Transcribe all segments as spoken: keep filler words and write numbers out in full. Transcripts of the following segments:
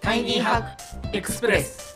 タイニーハックエクスプレス。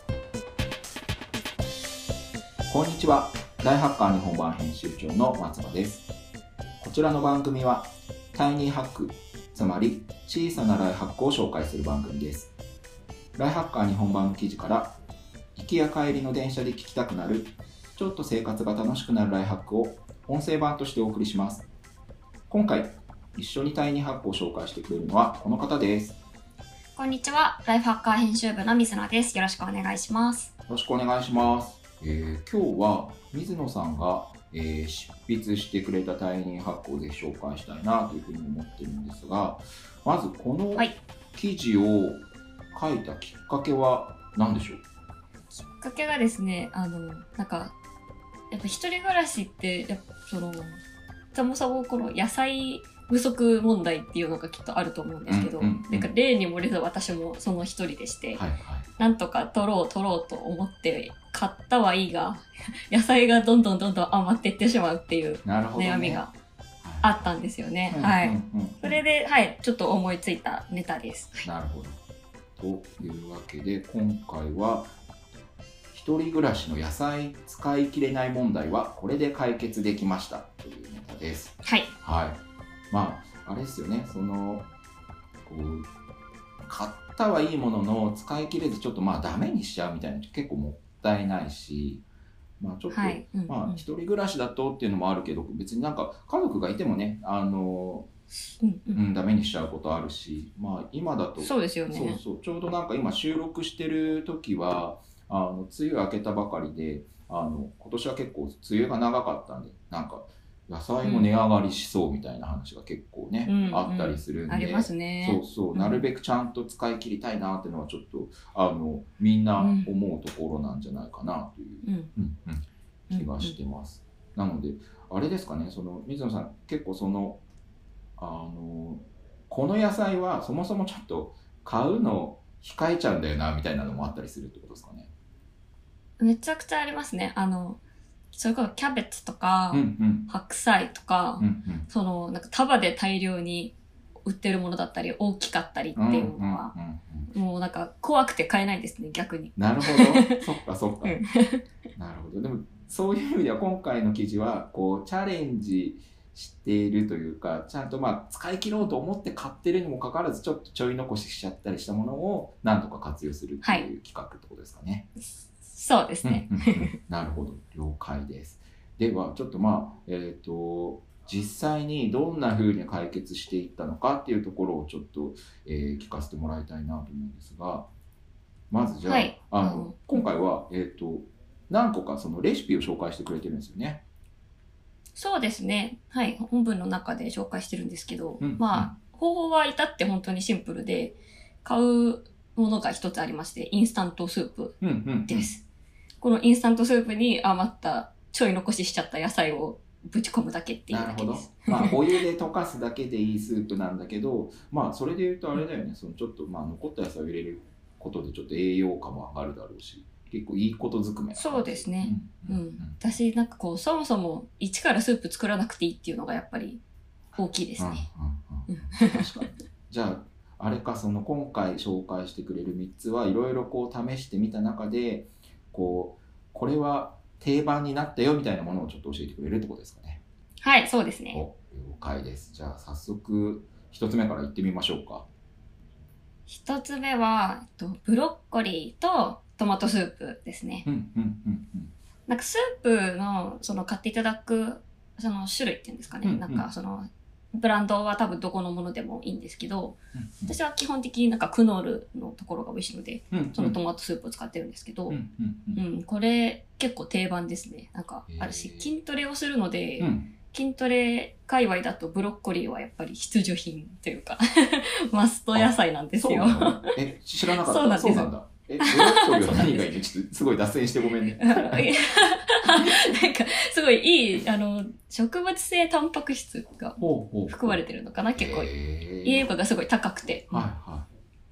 こんにちは。大ハッカー日本版編集長の松葉です。こちらの番組はタイニーハック、つまり小さなライハックを紹介する番組です。ライハッカー日本版の記事から行きや帰りの電車で聞きたくなる、ちょっと生活が楽しくなるライハックを音声版としてお送りします。今回一緒にタイニーハックを紹介してくれるのはこの方です。 こんにちは。ライフハッカー編集部の水野です。よろしくお願いします。 よろしくお願いします。えー、今日は水野さんが、えー、執筆してくれたタイニーハックをぜひ紹介したいなというふうに思ってるんですが、まずこの記事を書いたきっかけは何でしょう？ きっかけがですね、あの、なんか、やっぱ一人暮らしって、やっぱその、そもそもこの野菜不足問題っていうのがきっとあると思うんですけど、うんうんうん、なんか例に漏れず私もその一人でして、はいはい、なんとか取ろう取ろうと思って買ったはいいが、野菜がどんどんどんどん余っていってしまうっていう悩みがあったんですよね。はい。それで、はい、ちょっと思いついたネタです。 なるほど。というわけで、今回は、一人暮らしの野菜使い切れない問題はこれで解決できましたというネタです。 はい。 はい。まあ、あれですよね、その、こう、買ったはいいものの、使い切れずちょっとまあダメにしちゃうみたいなの結構もったいないし、まあちょっと、はいうんうん、まあ一人暮らしだとっていうのもあるけど、別になんか家族がいてもね、あの、うんうんうん、ダメにしちゃうことあるし、まあ今だと、 そうですよね。 そうそう、ちょうどなんか今収録してる時は、あの、梅雨明けたばかりで、あの、今年は結構梅雨が長かったんで、なんか、野菜も値上がりしそうみたいな話が結構ね、うん、あったりするんで、 ありますね。 そうそう、うん、なるべくちゃんと使い切りたいなっていうのはちょっと、あの、みんな思うところなんじゃないかなという、うんうんうん、気がしてます。うんうん、なので、あれですかね、その、水野さん、結構その、あの、この野菜はそもそもちょっと買うの控えちゃうんだよな、みたいなのもあったりするってことですかね。 めちゃくちゃありますね。あの、それこそキャベツとか、うんうん、白菜とか、うんうん、その、なんか束で大量に売ってるものだったり、大きかったりっていうのは、うんうんうん、もうなんか怖くて買えないですね、逆に。 なるほど。そっかそっか。なるほど。でも、そういう意味では今回の記事は、こう、チャレンジしているというか、ちゃんとまあ、使い切ろうと思って買ってるにもかかわらず、ちょっとちょい残ししちゃったりしたものを、なんとか活用するっていう企画ってことですかね。 はい、そうですね。 うんうんうん、なるほど。了解です。では、ちょっとまあ、えっと、実際にどんな風に解決していったのかっていうところをちょっと、えー、聞かせてもらいたいなと思うんですが、まずじゃあ、はい、あの、うん、今回は、えっと、何個かそのレシピを紹介してくれてるんですよね。 そうですね。はい。本文の中で紹介してるんですけど、うん、まあ、方法は至って本当にシンプルで、買うものが一つありまして、インスタントスープです。うんうんうん、このインスタントスープに余ったちょい残ししちゃった野菜をぶち込むだけっていうだけです。 なるほど。まあ、お湯で溶かすだけでいいスープなんだけど、まあ、それで言うとあれだよね、そのちょっと、まあ、残った野菜を入れることでちょっと栄養価も上がるだろうし、結構いいことずくめ。 そうですね。うん。うんうん、私、なんかこう、そもそも一からスープ作らなくていいっていうのがやっぱり大きいですね。 うんうんうん、確かに。じゃあ、あれか、その今回紹介してくれるみっつはいろいろこう試してみた中で、こう、これは定番になったよみたいなものをちょっと教えてくれるってことですかね。 はい、そうですね。 お、了解です。じゃあ早速一つ目からいってみましょうか。 一つ目は、ブロッコリーとトマトスープですね。 うんうんうんうん。 なんかスープのその買っていただくその種類っていうんですかね。うんうん、なんかそのブランドは多分どこのものでもいいんですけど、うんうん、私は基本的になんかクノールのところが美味しいので、うんうん、そのトマトスープを使ってるんですけど、うんうんうんうん、これ結構定番ですね。なんかあるし、筋トレをするので、うん、筋トレ界隈だとブロッコリーはやっぱり必需品というかマスト野菜なんですよ。 え、知らなかった。 そうなんです。 そうなんだ。え、ブロッコリーは何がいいの？ちょっとすごい脱線してごめんね。 なんか、すごいいい、あの、植物性タンパク質が含まれてるのかな、結構。栄養価がすごい高くて。 はいはい。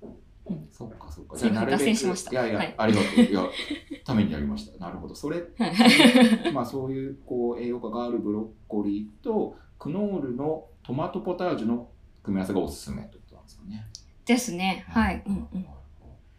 うん、そっかそっか。 じゃあなるべく脱線しました。 いやいや、はい、ありがとう。いや、ためになりました。なるほど。それ、まあそういう、こう、栄養価があるブロッコリーと、クノールのトマトポタージュの組み合わせがおすすめってことなんですかね。 ですね。はい。うんうん。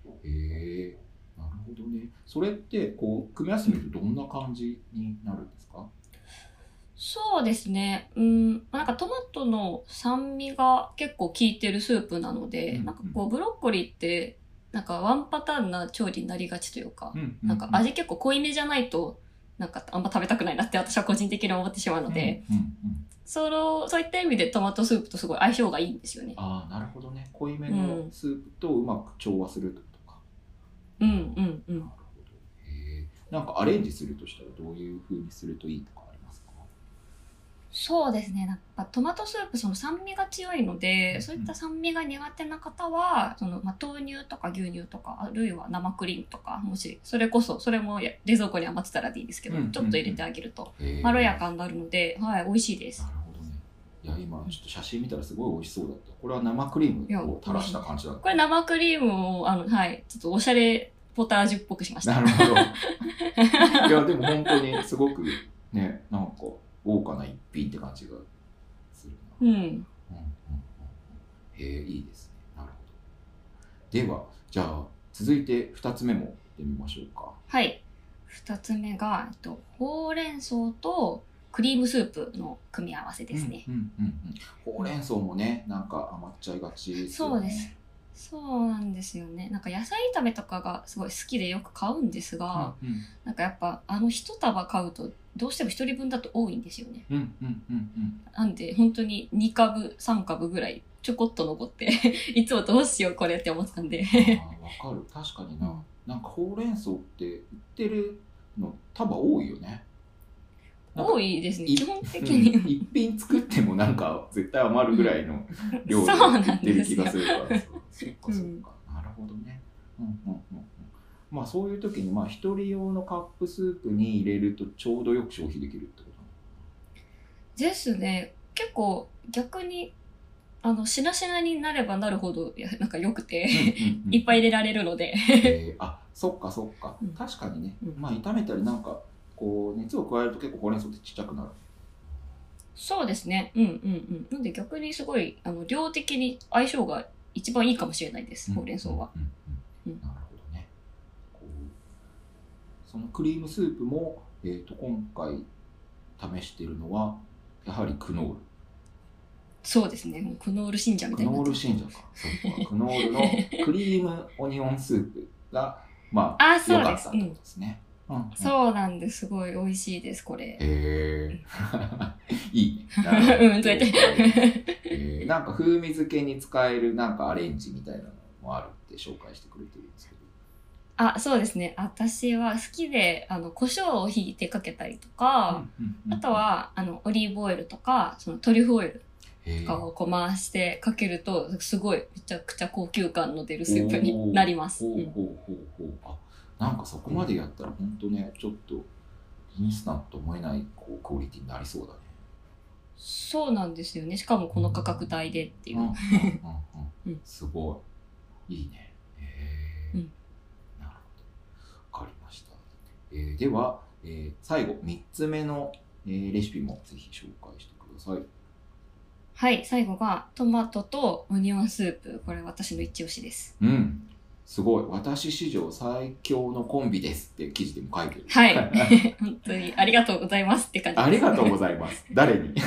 へえ、なるほどね。それってこう組み合わせてみるとどんな感じになるんですか？ そうですね。うん、なんかトマトの酸味が結構効いてるスープなので、 うんうん、 なんかこうブロッコリーって、なんかワンパターンな調理になりがちというか、 うんうんうん、 なんか味結構濃いめじゃないと、なんかあんま食べたくないなって私は個人的に思ってしまうので、 うんうんうん、 そのそういった意味でトマトスープとすごい相性がいいんですよね。 ああ、なるほどね。濃いめのスープとうまく調和するってことか。 うんうんうん。 なるほど。へえ。なんかアレンジするとしたらどういう風にするといいとかありますか？ そうですね。なんかトマトスープその酸味が強いので、 うん、 そういった酸味が苦手な方は、そのまあ豆乳とか牛乳とか、あるいは生クリームとか、もしそれこそそれも冷蔵庫に余ってたらでいいですけど、 うんうんうん、 ちょっと入れてあげるとへえ、 まろやかになるので、はい、美味しいです。 なるほどね。いや今ちょっと写真見たらすごい美味しそうだった。これは生クリームを垂らした感じだった。 これ生クリームをあのはいちょっとおしゃれポタージュっぽくしました。 なるほど。いやでも本当にすごくね、なんか豪華な一品って感じがするな。 うん。うんうんうんうん、へえ、いいですね。なるほど。ではじゃあ続いてふたつめもやってみましょうか。 はい。ふたつめが、えっと、ほうれん草とクリームスープの組み合わせですね。 うんうんうんうん、ほうれん草もね、なんか余っちゃいがちですよね。 そうです。そうなんですよね。なんか野菜炒めとかがすごい好きでよく買うんですが、 うんうん、 なんかやっぱあの一束買うとどうしても一人分だと多いんですよね。 うんうんうんうん、 なんで本当ににかぶさんかぶぐらいちょこっと残っていつもどうしようこれって思ってたんであ、わかる。確かにな、うん、なんかほうれん草って売ってるの束多いよね。 多いですね、基本的に、うん、 一品作ってもなんか絶対余るぐらいの量で売ってる気がするから、そっかそっか、うん、なるほどね。うんうんうんうん、まあそういう時にまあ一人用のカップスープに入れるとちょうどよく消費できるってことですね。結構逆にあのしなしなになればなるほどなんか良くて、うんうんうん、いっぱい入れられるので、 えー、あ、そっかそっか、うん、確かにね、うん、まあ炒めたりなんかこう熱を加えると結構ほうれん草ってちっちゃくなる。 そうですね。うんうんうん。なんで逆にすごいあの量的に相性が一番いいかもしれないです、ほうれん草は。 うんうんうんうん、なるほどね。こうそのクリームスープも、えーと、今回試しているのはやはりクノール。 そうですね。もうクノール信者みたいな。 クノール信者か。そうか。クノールのクリームオニオンスープがまあ良かったってことですね。 うんうん、そうなんです。すごい美味しいです、これ。 へえいい。 うん、そうやって。 えー、なんか風味付けに使えるなんかアレンジみたいなのもあるって紹介してくれてるんですけど。 あ、そうですね。私は好きで、あの、胡椒をひいてかけたりとか、うんうんうん、あとは、あの、オリーブオイルとか、そのトリュフオイルとかをこう回してかけると、すごいめちゃくちゃ高級感の出るスープになります。 ほうほうほうほう。あ、なんかそこまでやったら本当ね、ちょっとインスタントと思えないこうクオリティになりそうだね。 そうなんですよね。しかもこの価格帯でっていう。うんうんうんうん、すごいいいね。へー、うん、なるほど。わかりました。えー、では、えー、最後みっつめの、えー、レシピもぜひ紹介してください。 はい、最後がトマトとオニオンスープ。これ私の一押しです。 うん。すごい。私史上最強のコンビですって記事でも書いてる。 はい。本当にありがとうございますって感じです。 ありがとうございます。誰に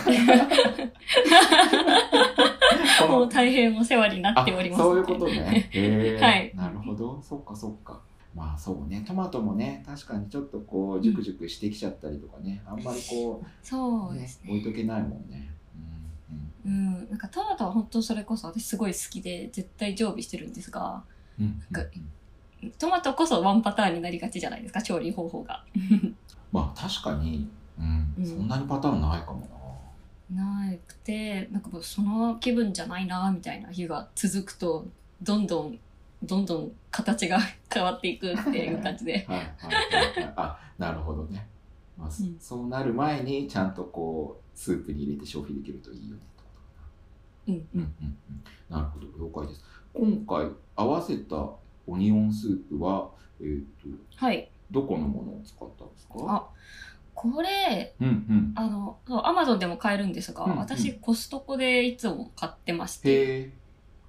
もう大変お世話になっております。 そういうことね。へー、 はい。 なるほど。そっかそっか。まあそうね。トマトもね、確かにちょっとこう、ジュクジュクしてきちゃったりとかね。あんまりこう、 そうですね。 置いとけないもんね。 うん、なんかトマトは本当それこそ私すごい好きで絶対常備してるんですが、うん、なんかトマトこそワンパターンになりがちじゃないですか、調理方法が。 まあ確かに、うんうん、そんなにパターンないかもな。なくて、なんかもうその気分じゃないなみたいな日が続くとどんどんどんどん形が変わっていくっていう感じで。 はいはいはい、あ、なるほどね。まあうん、そうなる前にちゃんとこうスープに入れて消費できるといいよね。うんうんうんうん、なるほど、了解です。今回合わせたオニオンスープは、えーとはい、 どこのものを使ったんですか？ あ、これ、うんうん、あのアマゾンでも買えるんですが、うんうん、私コストコでいつも買ってまして、 へー、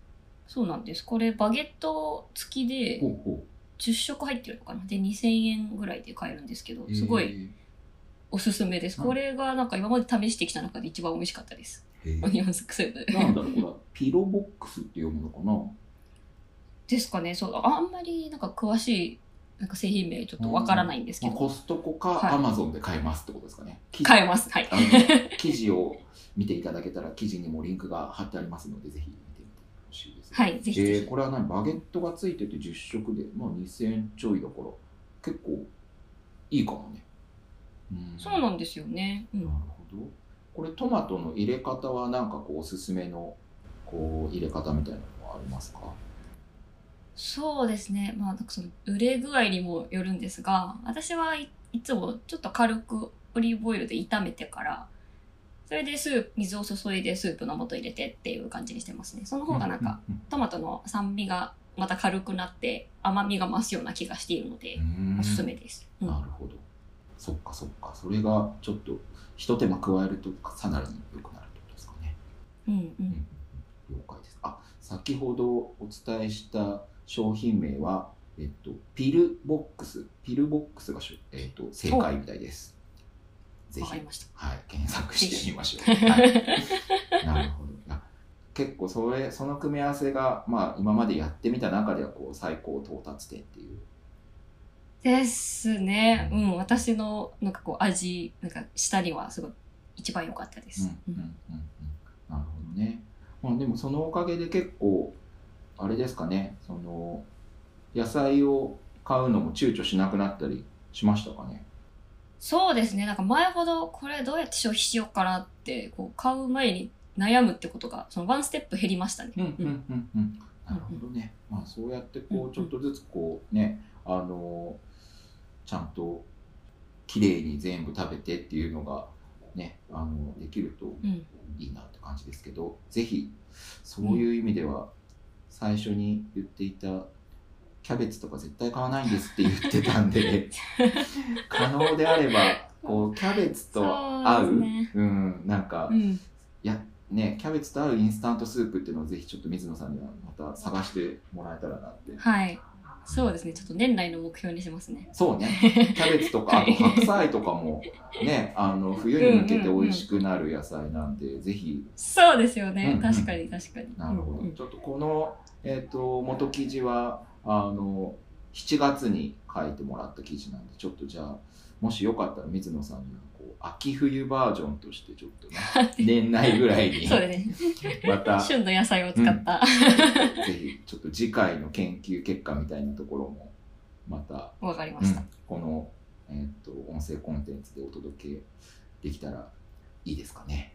そうなんです。これバゲット付きでほうほじゅっしょく入ってるのかな。でにせんえんぐらいで買えるんですけど、 う。 すごいへーおすすめです。 うんこれがなんか今まで試してきた中で一番美味しかったです。 へーオニオンスープ。 なんだろう、これはピロボックスって読むのかな。 ですかね。そう、あんまりなんか詳しいなんか製品名ちょっとわからないんですけまあ、 ど、 コストコかはいアマゾンで買えますってことですかね。記事買えます。はい。 あの記事を見ていただけたら記事にもリンクが貼ってありますので、ぜひ見てみてほしいです。 はい、ぜひぜひ。 えー、これは何、バゲットがついててじゅっしょくで、まあ、にせんえんちょいだから結構いいかもね。うんそうなんですよね。うんなるほど。これトマトの入れ方はなんかこうおすすめのこう入れ方みたいなのはありますか？ そうですね。まあ、なんかその、売れ具合にもよるんですが、私はいいつもちょっと軽くオリーブオイルで炒めてから、それでスープ、水を注いでスープの素入れてっていう感じにしてますね。その方がなんか、 うんうんトマトの酸味がまた軽くなって甘みが増すような気がしているのでう、んおすすめです。うんなるほど。そっかそっか。それがちょっと一手間加えるとさらに良くなるってことですかね。 うんううんん。了解です。あ、先ほどお伝えした商品名は、えっと、ピルボックス。ピルボックスがしょ、えっと、正解みたいです。ぜひわかり、ました。 はい、検索してみましょう。はい、なるほど。あ、結構それ、その組み合わせが、まあ、今までやってみた中ではこう最高到達点っていう。 ですね。うん。私のなんかこう味、なんか下にはすごい一番良かったです。 うんうんうんうん、なるほどね。まあ、でもそのおかげで結構あれですかね、その野菜を買うのも躊躇しなくなったりしましたかね。 そうですね。なんか前ほどこれどうやって消費しようかなってこう買う前に悩むってことがそのワンステップ減りましたね。 うんうんうんうん。なるほどね。まあそうやってこうちょっとずつこうね、あのちゃんときれいに全部食べてっていうのがね、あのできるとうん。 いいなって感じですけど、ぜひそういう意味では最初に言っていたキャベツとか絶対買わないんですって言ってたんで可能であればこうキャベツと合う、 そうですねうんなんか、いうん。 やねキャベツと合うインスタントスープっていうのをぜひちょっと水野さんにはまた探してもらえたらなって。 はい。そうですね。ちょっと年内の目標にしますね。 そうね、キャベツとかあと白菜とかもねあの冬に向けて美味しくなる野菜なんで、ぜひ。 そうですよね。 うんうん確かに確かに。 なるほど、 うんうんちょっとこの、えー、と元記事はあのしちがつに書いてもらった記事なんで、ちょっとじゃあもしよかったら水野さんにはこう秋冬バージョンとしてちょっとね年内ぐらいにそうですね。 また旬の野菜を使った。 ぜひちょっと次回の研究結果みたいなところもまた、 わかりました。 うんこの、えー、と音声コンテンツでお届けできたらいいですかね。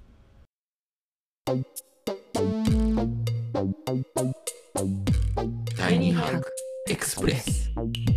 タイニーハックエクスプレス。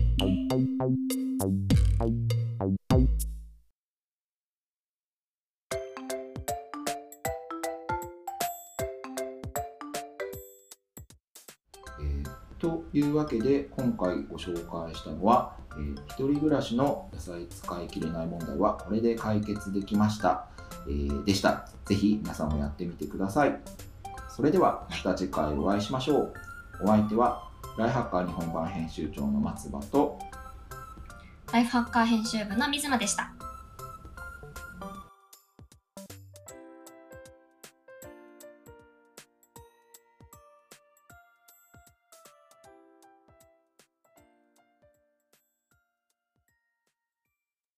えーというわけで今回ご紹介したのは、えー一人暮らしの野菜使い切れない問題はこれで解決できました、えーでした。ぜひ皆さんもやってみてください。それではまた次回お会いしましょう。お相手はライハッカー日本版編集長の松葉とライフハッカー編集部の水野でした。